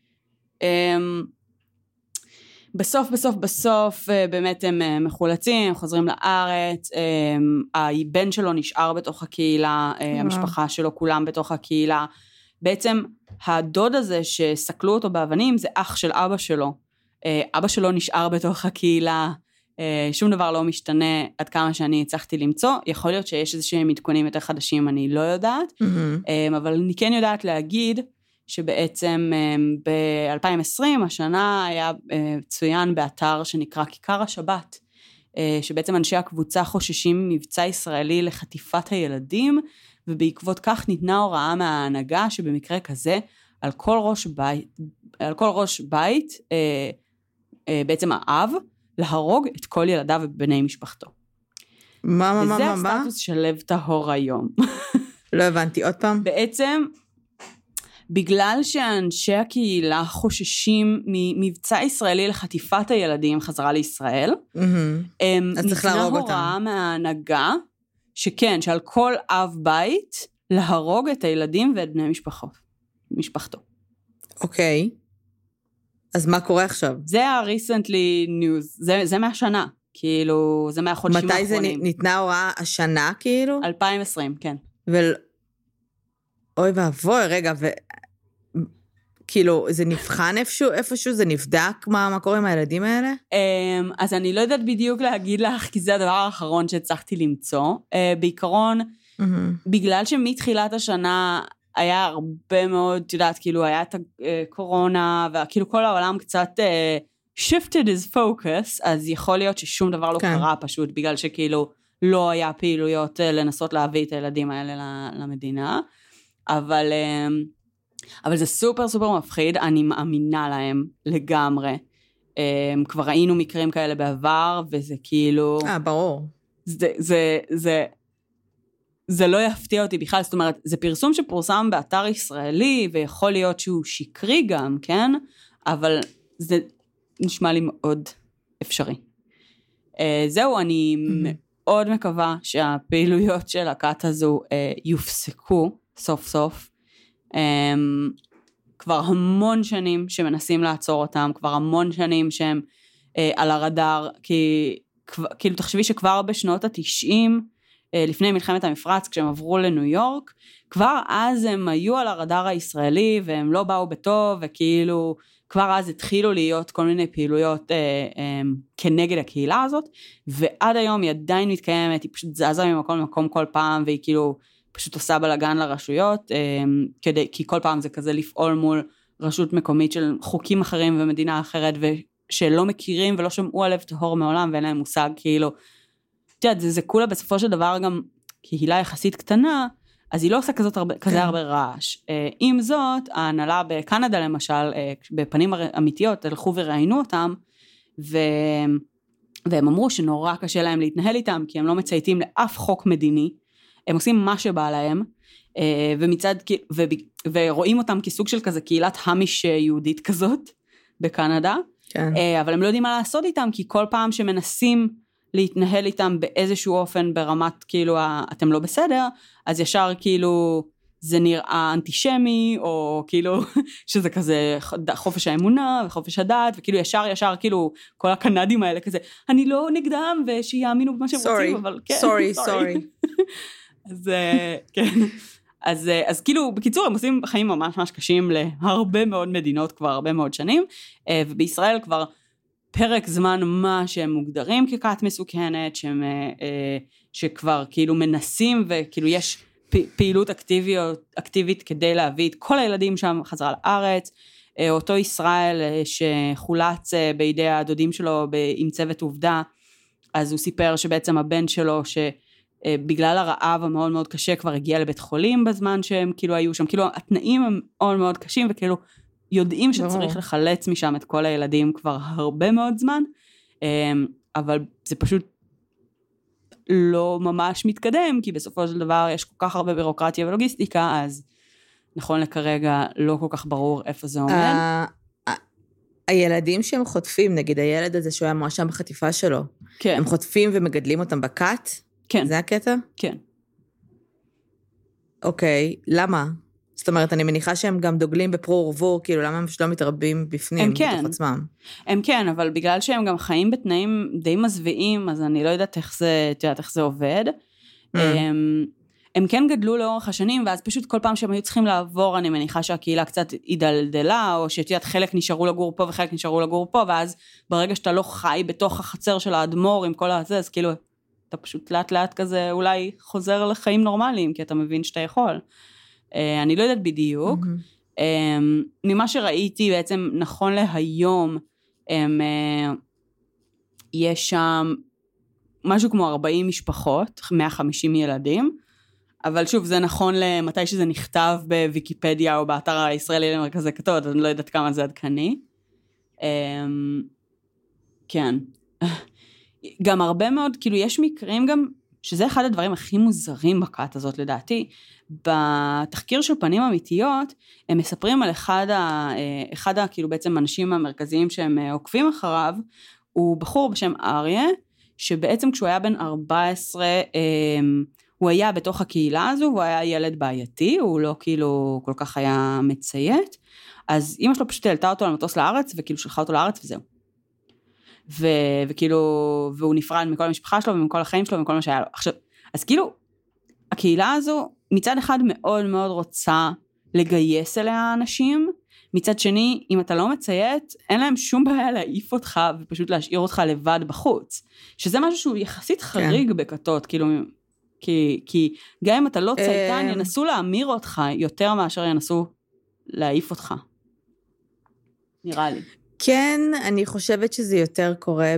בסוף באמת הם מחולצים, הם חוזרים לארץ, הבן שלו נשאר בתוך הקהילה, המשפחה שלו כולם בתוך הקהילה, בעצם הדוד הזה שסקלו אותו באבנים זה אח של אבא שלו, אבא שלו נשאר בתוך הקהילה, שום דבר לא משתנה עד כמה שאני הצלחתי למצוא, יכול להיות שיש איזשהם עדכונים יותר חדשים, אני לא יודעת, אבל אני כן יודעת להגיד, שבעצם ב-2020, השנה היה צוין באתר שנקרא כיכר השבת, שבעצם אנשי הקבוצה חוששים מבצע ישראלי לחטיפת הילדים, ובעקבות כך ניתנה הוראה מההנהגה שבמקרה כזה, על כל ראש בית, בעצם האב, להרוג את כל ילדיו ובני משפחתו. וזה הסטטוס של לב טהור היום. לא הבנתי, עוד פעם. בעצם, בגלל שאנשי הקהילה חוששים ממבצע ישראלי לחטיפת הילדים חזרה לישראל, ניתנה הוראה מההנהגה, שכן, שעל כל אב בית, להרוג את הילדים ואת בני משפחתו. אוקיי. אז מה קורה עכשיו? זה ה-recently news, זה מהשנה, כאילו, זה מהחודשים האחרונים. מתי זה ניתנה הוראה השנה, כאילו? 2020, כן. אוי ואבוי, רגע, כאילו, זה נבחן איפשהו, זה נבדק מה קורה עם הילדים האלה? אז אני לא יודעת בדיוק להגיד לך, כי זה הדבר האחרון שהצלחתי למצוא. בעיקרון, בגלל שמתחילת השנה היה הרבה מאוד, יודעת, כאילו, היה את הקורונה, וכאילו כל העולם קצת shifted his focus, אז יכול להיות ששום דבר לא קרה פשוט, בגלל שכאילו לא היה פעילויות לנסות להביא את הילדים האלה למדינה, אבל זה סופר סופר מפחיד, אני מאמינה להם לגמרי. כבר ראינו מקרים כאלה בעבר, וזה כאילו... ברור. זה לא יפתיע אותי בכלל, זאת אומרת, זה פרסום שפורסם באתר ישראלי, ויכול להיות שהוא שקרי גם, כן? אבל זה נשמע לי מאוד אפשרי. זהו, אני מאוד מקווה שהפעילויות של הכת הזו יופסקו סוף סוף. כבר המון שנים שמנסים לעצור אותם, כבר המון שנים שהם על הרדאר, כאילו תחשבי שכבר בשנות ה-90, לפני מלחמת המפרץ, כשהם עברו לניו יורק, כבר אז הם היו על הרדאר הישראלי, והם לא באו בטוב, וכאילו כבר אז התחילו להיות כל מיני פעילויות כנגד הקהילה הזאת, ועד היום היא עדיין מתקיימת, היא פשוט זזה ממקום למקום כל פעם, והיא כאילו פשוט עושה בלגן לרשויות, כי כל פעם זה כזה לפעול מול רשות מקומית של חוקים אחרים ומדינה אחרת, ושלא מכירים ולא שמעו על לב טהור מעולם, ואין להם מושג כאילו, זה כולה בסופו של דבר גם קהילה יחסית קטנה, אז היא לא עושה כזה הרבה רעש. עם זאת, ההנהלה בקנדה למשל, בפנים אמיתיות, הלכו וראיינו אותם, והם אמרו שנורא קשה להם להתנהל איתם, כי הם לא מצייתים לאף חוק מדיני, הם עושים מה שבא להם, ורואים אותם כסוג של כזה קהילת המיש יהודית כזאת, בקנדה, כן. אבל הם לא יודעים מה לעשות איתם, כי כל פעם שמנסים להתנהל איתם באיזשהו אופן ברמת כאילו אתם לא בסדר, אז ישר כאילו זה נראה אנטישמי, או כאילו שזה כזה חופש האמונה וחופש הדת, וכאילו ישר כאילו כל הקנדים האלה כזה, אני לא נגדם ושיאמינו במה שהם רוצים, אבל כן. sorry. אז כן. אז כאילו, בקיצור, הם עושים חיים ממש ממש קשים להרבה מאוד מדינות כבר הרבה מאוד שנים, ובישראל כבר פרק זמן מה שהם מוגדרים ככת מסוכנת, שכבר כאילו מנסים, וכאילו יש פעילות אקטיבית כדי להביא את כל הילדים שם חזרה לארץ, אותו ישראל שחולץ בידי הדודים שלו עם צוות עובדה, אז הוא סיפר שבעצם הבן שלו בגלל הרעב המאוד מאוד קשה כבר הגיע לבית חולים בזמן שהם כאילו היו שם, כאילו התנאים הם מאוד מאוד קשים וכאילו יודעים שצריך לחלץ משם את כל הילדים כבר הרבה מאוד זמן, אבל זה פשוט לא ממש מתקדם, כי בסופו של דבר יש כל כך הרבה בירוקרטיה ולוגיסטיקה, אז נכון לכרגע לא כל כך ברור איפה זה עומד. הילדים שהם חוטפים, נגיד הילד הזה שהוא היה מואשם בחטיפה שלו, כן. הם חוטפים ומגדלים אותם בכת? כן. זה הקטע? כן. אוקיי, למה? זאת אומרת, אני מניחה שהם גם דוגלים בפרו ורבור, כאילו למה הם שלא מתרבים בפנים, בתוך עצמם? הם כן, אבל בגלל שהם גם חיים בתנאים די מזוויעים, אז אני לא יודעת איך זה עובד. הם כן גדלו לאורך השנים, ואז פשוט כל פעם שהם היו צריכים לעבור, אני מניחה שהקהילה קצת הידלדלה, או שתיאת חלק נשארו לגור פה וחלק נשארו לגור פה, ואז ברגע שאתה לא חי בתוך החצר של האדמו"ר עם כל הזה, אז כאילו אתה פשוט לאט לאט כזה אולי חוזר לחיים נורמליים, כי אתה מבין שאתה יכול. אני לא יודעת בדיוק. ממה שראיתי בעצם נכון להיום, יש שם משהו כמו 40 משפחות, 150 ילדים, אבל שוב, זה נכון למתי שזה נכתב בוויקיפדיה או באתר הישראלי למרכזי כתות, אז אני לא יודעת כמה זה עדכני. כן. גם הרבה מאוד, כאילו יש מקרים גם, שזה אחד הדברים הכי מוזרים בכת הזאת לדעתי, בתחקיר של פנים אמיתיות, הם מספרים על אחד כאילו בעצם אנשים המרכזיים שהם עוקבים אחריו, הוא בחור בשם אריה, שבעצם כשהוא היה בן 14, הוא היה בתוך הקהילה הזו, והוא היה ילד בעייתי, הוא לא כאילו כל כך היה מציית, אז אמא שלו פשוט העלתה אותו למטוס לארץ, וכאילו שלחה אותו לארץ וזהו. וכאילו, והוא נפרד מכל המשפחה שלו, ומכל החיים שלו, ומכל מה שהיה לו. עכשיו, אז כאילו, הקהילה הזו, מצד אחד מאוד מאוד רוצה לגייס אליה אנשים, מצד שני, אם אתה לא מציית, אין להם שום בעיה להעיף אותך, ופשוט להשאיר אותך לבד בחוץ. שזה משהו שהוא יחסית חריג בכתות, כאילו, כי גם אם אתה לא צייתן, ינסו להמיר אותך יותר מאשר ינסו להעיף אותך. נראה לי. כן, אני חושבת שזה יותר קורה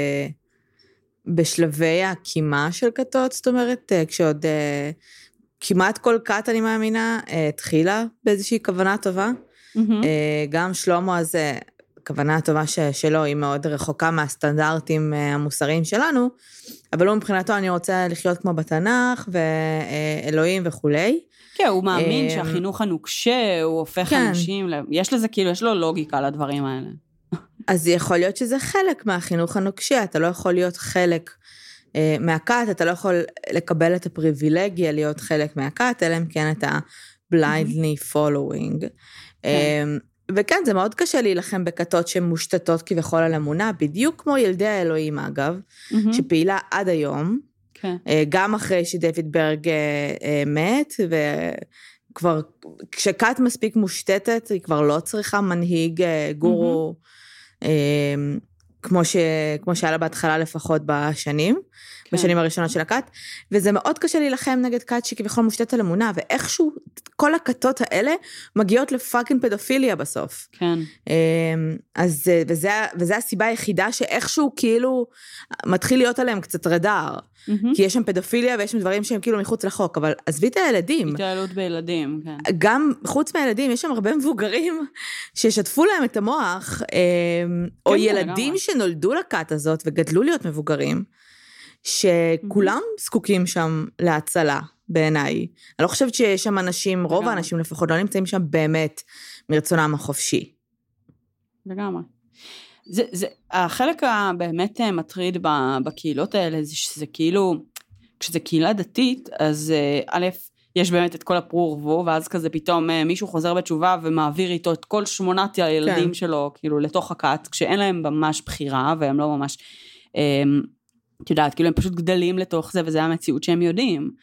בשלבי ההקימה של כתות, זאת אומרת, כשעוד כמעט כל כת, אני מאמינה, התחילה באיזושהי כוונה טובה. גם שלמה הזה, הכוונה הטובה שלו היא מאוד רחוקה מהסטנדרטים המוסריים שלנו, אבל הוא מבחינתו אני רוצה לחיות כמו בתנ"ך, ואלוהים וכולי. כן, הוא מאמין שהחינוך הנוקשה, הוא הופך אנשים, יש לזה כאילו, יש לו לוגיקה לדברים האלה. אז יכול להיות שזה חלק מהחינוך הנוקשה, אתה לא יכול להיות חלק מהכת, אתה לא יכול לקבל את הפריבילגיה להיות חלק מהכת, אלא אם כן אתה blindly following. וכן, זה מאוד קשה להילחם בכתות שמושתתות כבכל על אמונה, בדיוק כמו ילדי האלוהים אגב, שפעילה עד היום, גם אחרי שדויד ברג מת, וכבר כשכת מספיק מושתתת, היא כבר לא צריכה מנהיג גורו, כמו שהיה לה בהתחלה לפחות בשנים, בשנים הראשונות של הכת, וזה מאוד קשה להילחם נגד כת שכביכול מושתת על אמונה, ואיכשהו כל הכתות האלה מגיעות לפאקינג פדופיליה בסוף. כן. אז, וזה הסיבה היחידה שאיכשהו כאילו מתחיל להיות עליהם קצת רדאר, כי יש שם פדופיליה ויש שם דברים שהם כאילו מחוץ לחוק, אבל עזבי את הילדים. התעללות בילדים, כן. גם חוץ מהילדים, יש שם הרבה מבוגרים ששטפו להם את המוח, או ילדים שנולדו לכת הזאת וגדלו להיות מבוגרים, שכולם זקוקים שם להצלה בעיניי. אני לא חושבת שיש שם אנשים, רוב האנשים לפחות לא נמצאים שם באמת מרצונם החופשי. לגמרי. החלק הבאמת מטריד בקהילות האלה, זה שזה כאילו, כשזה קהילה דתית, אז א', יש באמת את כל הפרו ורבו, ואז כזה פתאום מישהו חוזר בתשובה ומעביר איתו את כל 8 הילדים שלו, כאילו לתוך הכת, כשאין להם ממש בחירה, והם לא ממש, את יודעת, כאילו הם פשוט גדלים לתוך זה, וזה המציאות שהם יודעים.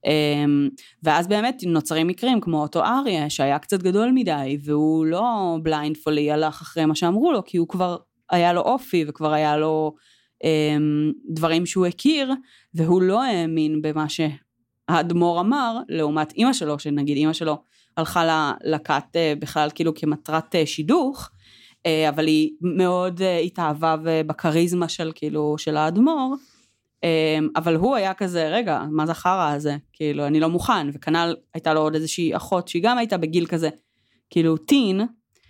ואז באמת נוצרים מקרים כמו אותו אריה, שהיה קצת גדול מדי, והוא לא בליינדפולי הלך אחרי מה שאמרו לו, כי הוא כבר היה לו אופי, וכבר היה לו דברים שהוא הכיר, והוא לא האמין במה שהאדמו"ר אמר, לעומת אמא שלו, שנגיד אמא שלו הלכה לכת בכלל כאילו כמטרת שידוך, אבל היא מאוד התאהבה בקריזמה של כאילו של האדמו"ר, אבל הוא היה כזה, רגע, מה זה חרא הזה? כאילו, אני לא מוכן, וכנ"ל הייתה לו עוד איזושהי אחות, שהיא גם הייתה בגיל כזה, כאילו, טין,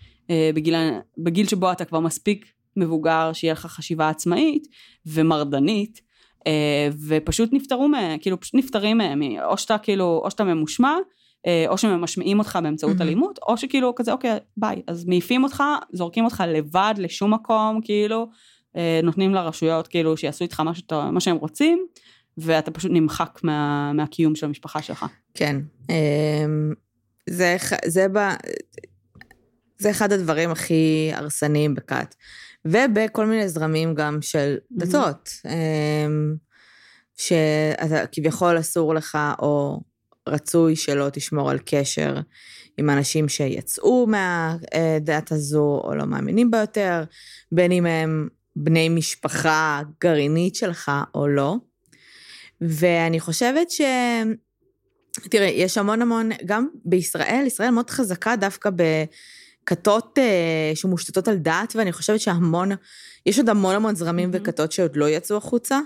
בגיל שבו אתה כבר מספיק מבוגר, שיהיה לך חשיבה עצמאית, ומרדנית, ופשוט נפטרו מהם, כאילו, פשוט נפטרים מהם, או שאתה כאילו, או שאתה ממושמע, או שממשמעים אותך באמצעות אלימות, או שכאילו, כזה, אוקיי, ביי, אז מעיפים אותך, זורקים אותך לבד לשום מקום, כאילו, נותנים לרשויות כאילו שיעשו איתך מה שהם רוצים, ואתה פשוט נמחק מהקיום של המשפחה שלך. כן. זה אחד הדברים הכי הרסניים בכת. ובכל מיני זרמים גם של דתות. שאתה כביכול אסור לך, או רצוי שלא תשמור על קשר עם אנשים שיצאו מהדת הזו, או לא מאמינים בה יותר, בין אם הם בני משפחה גרעינית שלך או לא. ואני חושבת תראה, יש המון, גם בישראל, ישראל מאוד חזקה דווקא בכתות שמושתתות על דת, ואני חושבת יש עוד המון זרמים וכתות שעוד לא יצאו החוצה,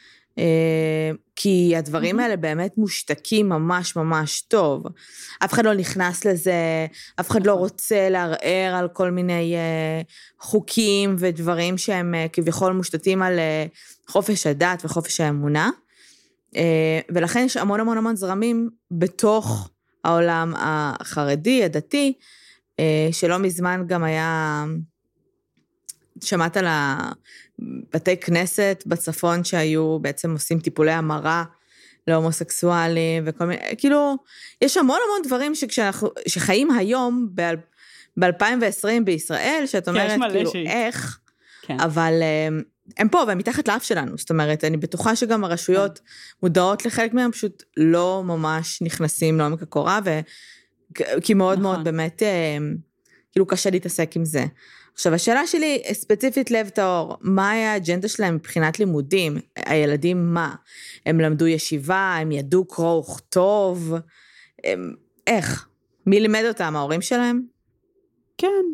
כי הדברים האלה באמת מושתקים ממש טוב. אף אחד לא נכנס לזה, אף אחד לא רוצה לערער על כל מיני חוקים ודברים שהם כביכול מושתתים על חופש הדת וחופש האמונה, ולכן יש המון זרמים בתוך העולם החרדי, הדתי, שלא מזמן גם היה, שמעת על בתי כנסת בצפון שהיו בעצם עושים טיפולי המרה להומוסקסואלים וכל מיני, כאילו, יש המון דברים שחיים היום ב-2020 בישראל, שאת אומרת, כאילו, איך, כן. אבל הם פה והם מתחת לאף שלנו, זאת אומרת, אני בטוחה שגם הרשויות מודעות לחלק מהם, פשוט לא ממש נכנסים לעומק הקורה, כי מאוד באמת, כאילו קשה להתעסק עם זה. עכשיו, השאלה שלי, ספציפית לב טהור, מה היה האג'נדה שלהם מבחינת לימודים? הילדים מה? הם למדו ישיבה, הם ידעו קרוא וכתוב? איך? מי לימד אותם? ההורים שלהם? כן.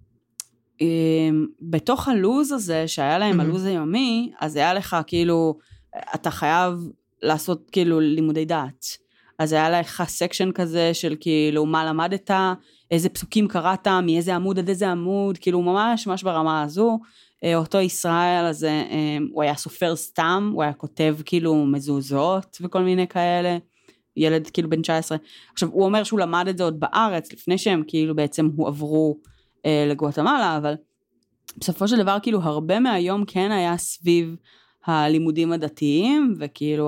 בתוך הלוז הזה, שהיה להם הלוז היומי, אז היה לך כאילו, אתה חייב לעשות כאילו לימודי דת. אז היה לך סקשן כזה של כאילו, מה למדת, איזה פסוקים קראת, מאיזה עמוד עד איזה עמוד, כאילו ממש ברמה הזו. אותו ישראל הזה, הוא היה סופר סתם, הוא היה כותב כאילו מזוזות וכל מיני כאלה, ילד כאילו בן 19. עכשיו, הוא אומר שהוא למד את זה עוד בארץ, לפני שהם כאילו בעצם הועברו לגואטמלה, אבל בסופו של דבר כאילו הרבה מהיום כן היה סביב הלימודים הדתיים, וכאילו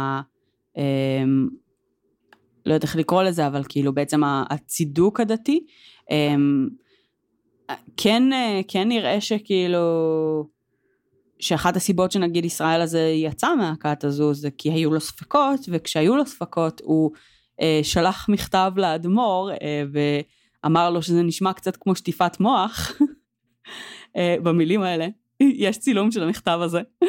לא יודעת איך לקרוא לזה, אבל כאילו בעצם הצידוק הדתי, כן נראה שכאילו, שאחת הסיבות שנגיד ישראל הזה יצא מהכת הזו, זה כי היו לו ספקות, וכשהיו לו ספקות, הוא שלח מכתב לאדמו"ר, ואמר לו שזה נשמע קצת כמו שטיפת מוח, במילים האלה, יש צילום של המכתב הזה,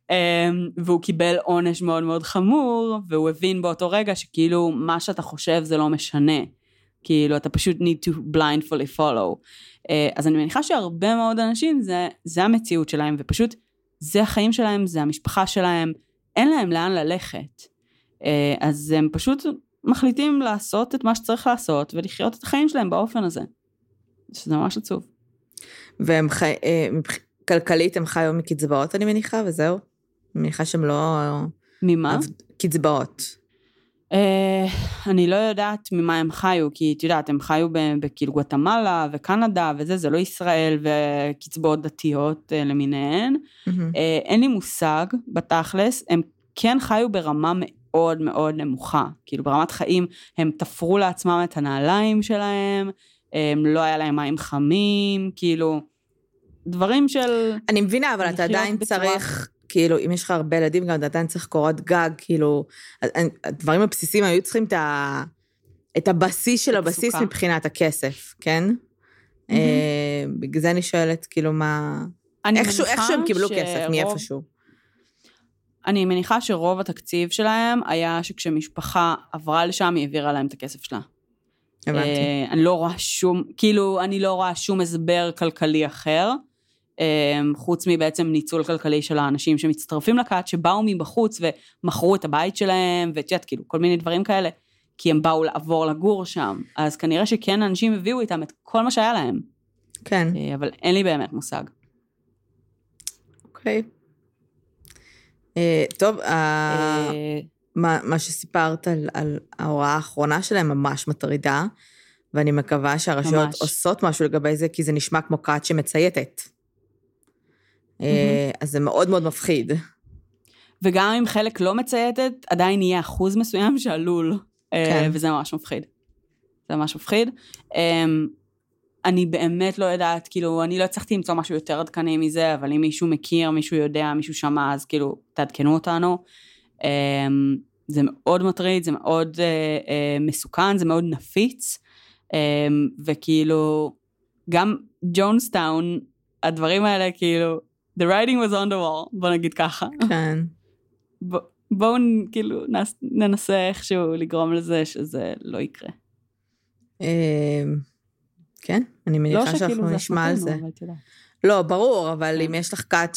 והוא קיבל עונש מאוד מאוד חמור, והוא הבין באותו רגע שכאילו מה שאתה חושב זה לא משנה, כאילו אתה פשוט need to blindly follow. אז אני מניחה שהרבה מאוד אנשים זה המציאות שלהם, ופשוט זה החיים שלהם, זה המשפחה שלהם, אין להם לאן ללכת. אז הם פשוט מחליטים לעשות את מה שצריך לעשות, ולחיות את החיים שלהם באופן הזה. שזה ממש עצוב. והם כלכלית הם חיו מקצבאות, אני מניחה, וזהו. אני מניחה שהם לא... ממה? קצבאות. אני לא יודעת ממה הם חיו, כי את יודעת, הם חיו כאילו גואטמלה וקנדה וזה, זה לא ישראל וקצבאות דתיות למיניהן. אין לי מושג בתכלס, הם כן חיו ברמה מאוד מאוד נמוכה, כאילו ברמת חיים הם תפרו לעצמם את הנעליים שלהם, לא היה להם מים חמים, כאילו דברים של... אני מבינה, אבל אתה עדיין צריך... כאילו, אם יש לך הרבה ילדים, גם אתה עדיין צריך קורת גג, כאילו, הדברים הבסיסיים היו צריכים את הבסיס של הבסיס מבחינת הכסף, כן? בגלל זה אני שואלת, כאילו, מה... איך שהם קיבלו כסף, מאיפשהו? אני מניחה שרוב התקציב שלהם היה שכשמשפחה עברה לשם, היא העבירה להם את הכסף שלה. הבנתי. אני לא רואה שום הסבר כלכלי אחר, חוץ מבעצם ניצול כלכלי של האנשים שמצטרפים לכת, שבאו מבחוץ ומכרו את הבית שלהם, וצ'אט, כאילו, כל מיני דברים כאלה, כי הם באו לעבור לגור שם. אז כנראה שכן אנשים הביאו איתם את כל מה שהיה להם. כן. אבל אין לי באמת מושג. אוקיי. טוב, מה שסיפרת על ההוראה האחרונה שלהם ממש מטרידה, ואני מקווה שהרשויות עושות משהו לגבי זה, כי זה נשמע כמו כת שמצייתת. אז זה מאוד מאוד מפחיד. וגם אם חלק לא מצייתת, עדיין יהיה אחוז מסוים שעלול, וזה ממש מפחיד. זה ממש מפחיד. אני באמת לא יודעת, כאילו, אני לא הצלחתי למצוא משהו יותר עדכני מזה, אבל אם מישהו מכיר, מישהו יודע, מישהו שמע, אז כאילו, תעדכנו אותנו. זה מאוד מטריד, זה מאוד מסוכן, זה מאוד נפיץ, וכאילו, גם ג'ונסטאון, הדברים האלה, כאילו, the writing was on the wall, בוא נגיד ככה. כן. בואו כאילו ננסה איכשהו לגרום לזה שזה לא יקרה. כן, אני מניחה שאנחנו נשמע על זה. לא, ברור, אבל אם יש לך כת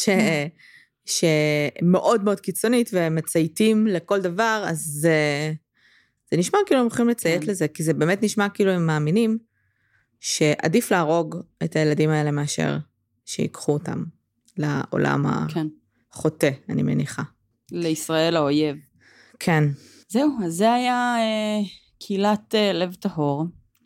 שמאוד מאוד קיצונית ומצייתים לכל דבר, אז זה נשמע כאילו הם יכולים לציית לזה, כי זה באמת נשמע כאילו הם מאמינים שעדיף להרוג את הילדים האלה מאשר שיקחו אותם לעולם החוטא, אני מניחה. לישראל האויב. כן. זהו, אז זה היה קהילת לב טהור.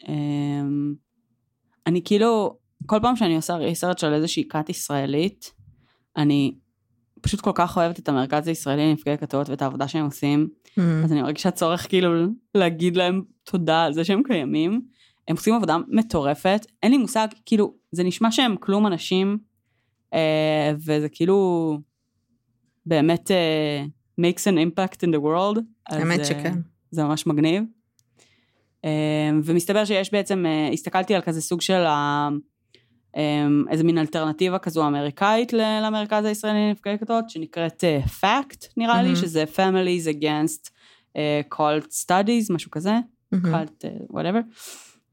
אני כאילו, כל פעם שאני עושה ריסרצ' של איזושהי כת ישראלית, אני פשוט כל כך אוהבת את המרכז הישראלי לנפגעי כתות ואת העבודה שהם עושים, אז אני מרגישה צורך כאילו להגיד להם תודה על זה שהם קיימים. הם עושים עבודה מטורפת, אין לי מושג, כאילו, זה נשמע שהם כלום אנשים, וזה כאילו באמת makes an impact in the world. האמת שכן. זה ממש מגניב. ומסתבר שיש בעצם, הסתכלתי על כזה סוג של איזה מין אלטרנטיבה כזו אמריקאית למרכז הישראלי לנפגעי כתות, שנקראת FACT, נראה לי, שזה Families Against Cult Studies, משהו כזה, Cult, whatever.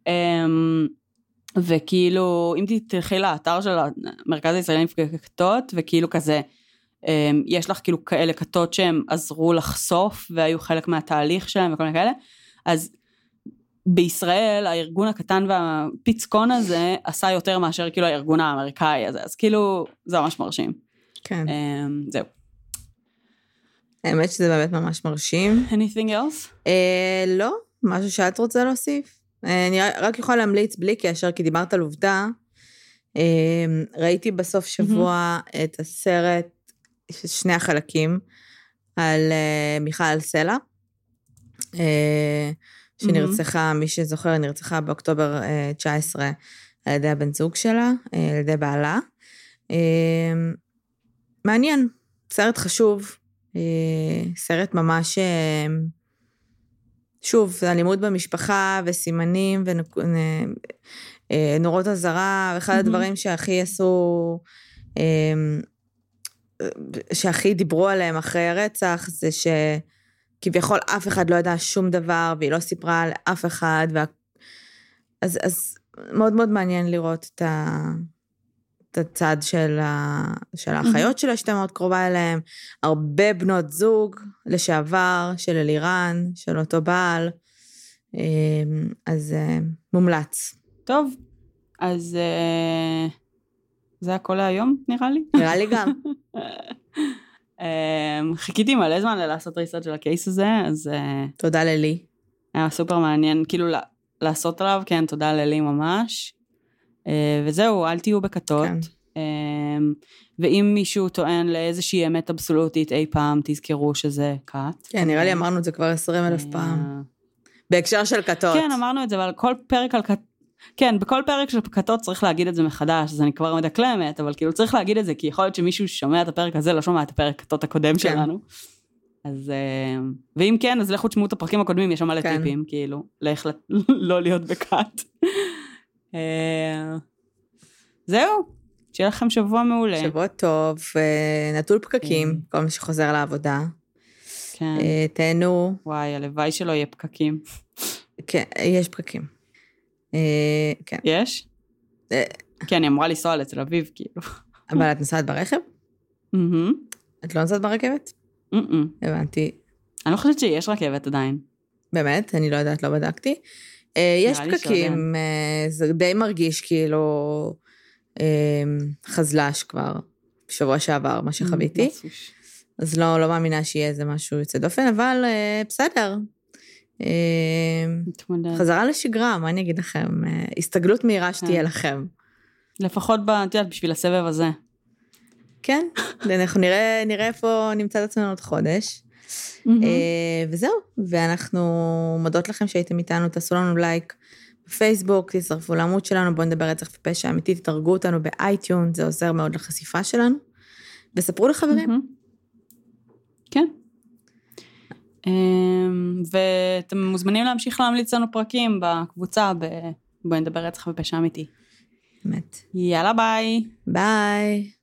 וכאילו, אם תלכי לאתר של המרכז הישראלי לנפגעי כתות, וכאילו כזה, יש לך כאילו כאלה כתות שהם עזרו לחשוף, והיו חלק מהתהליך שלהם וכל מיני כאלה, אז בישראל, הארגון הקטן והפיצקון הזה, עשה יותר מאשר כאילו הארגון האמריקאי הזה, אז כאילו, זה ממש מרשים. כן. זהו. האמת שזה באמת ממש מרשים. Anything else? לא, משהו שאת רוצה להוסיף. אני רק יכולה להמליץ בלי קשר, כי דיברת על עובדה, ראיתי בסוף שבוע את הסרט, שני החלקים, על מיכל סלע, שנרצחה, מי שזוכר, נרצחה באוקטובר 19 על ידי הבן זוג שלה, על ידי בעלה. מעניין, סרט חשוב, סרט ממש, שוב, זה אלימות במשפחה וסימנים ונורות הזרה, ואחד הדברים שהכי עשו שהכי דיברו עליהם אחרי הרצח, זה שכביכול אף אחד לא ידע שום דבר, והיא לא סיפרה על אף אחד, אז מאוד מאוד מעניין לראות את הצד של האחיות שלה, שאתה מאוד קרובה אליהם, הרבה בנות זוג לשעבר, של אלירן, של אותו בעל, אז מומלץ. טוב, אז זה הכל להיום, נראה לי. נראה לי גם. חיכיתי מלא זמן לעשות ריסרצ' של הקייס הזה, אז תודה ללי. היה סופר מעניין, כאילו לעשות עליו, כן, תודה ללי ממש. וזהו, אל תהיו בכתות. ואם מישהו טוען לאיזושהי אמת אבסולוטית אי פעם, תזכרו שזה כת. כן, נראה לי אמרנו את זה כבר 20,000 פעם. בהקשר של כתות. כן, אמרנו את זה, אבל כל פרק על כתות, כן, בכל פרק של כתות צריך להגיד את זה מחדש, אז אני כבר מדקלמת, אבל כאילו צריך להגיד את זה, כי יכול להיות שמישהו שומע את הפרק הזה, לא שומע את הפרק כתות הקודם שלנו. אז, ואם כן, אז לכו תשמעו את הפרקים הקודמים, יש שם מלא טיפים, כאילו, לאיך לא להיות בכת. זהו, שיהיה לכם שבוע מעולה. שבוע טוב, נטול פקקים, כל מי שחוזר לעבודה. כן. תהנו. וואי, הלוואי שלא יהיה פקקים. כן, יש פקקים. כן. יש? כן, אני אמורה לנסוע לתל אביב, כאילו. אבל את נוסעת ברכב? את לא נוסעת ברכבת? הבנתי. אני לא חושבת שיש רכבת עדיין. באמת? אני לא יודעת, לא בדקתי. יש פקקים, זה די מרגיש כאילו חזלש כבר, בשבוע שעבר, מה שחוויתי. אז לא מאמינה שיהיה איזה משהו יוצא דופן, אבל בסדר. חזרה לשגרה, מה אני אגיד לכם? הסתגלות מהירה שתהיה לכם. לפחות בשביל הסבב הזה. כן, אנחנו נראה איפה נמצא את עצמנו עוד חודש. וזהו, ואנחנו מודות לכם שהייתם איתנו, תעשו לנו לייק בפייסבוק, תצטרפו לעמוד שלנו, בואו נדבר רצח ופשע אמיתי, תתרגו אותנו באייטיון, זה עוזר מאוד לחשיפה שלנו, וספרו לחברים. כן. ואתם מוזמנים להמשיך להמליץ לנו פרקים בקבוצה, בואו נדבר רצח ופשע אמיתי. באמת. יאללה ביי. ביי.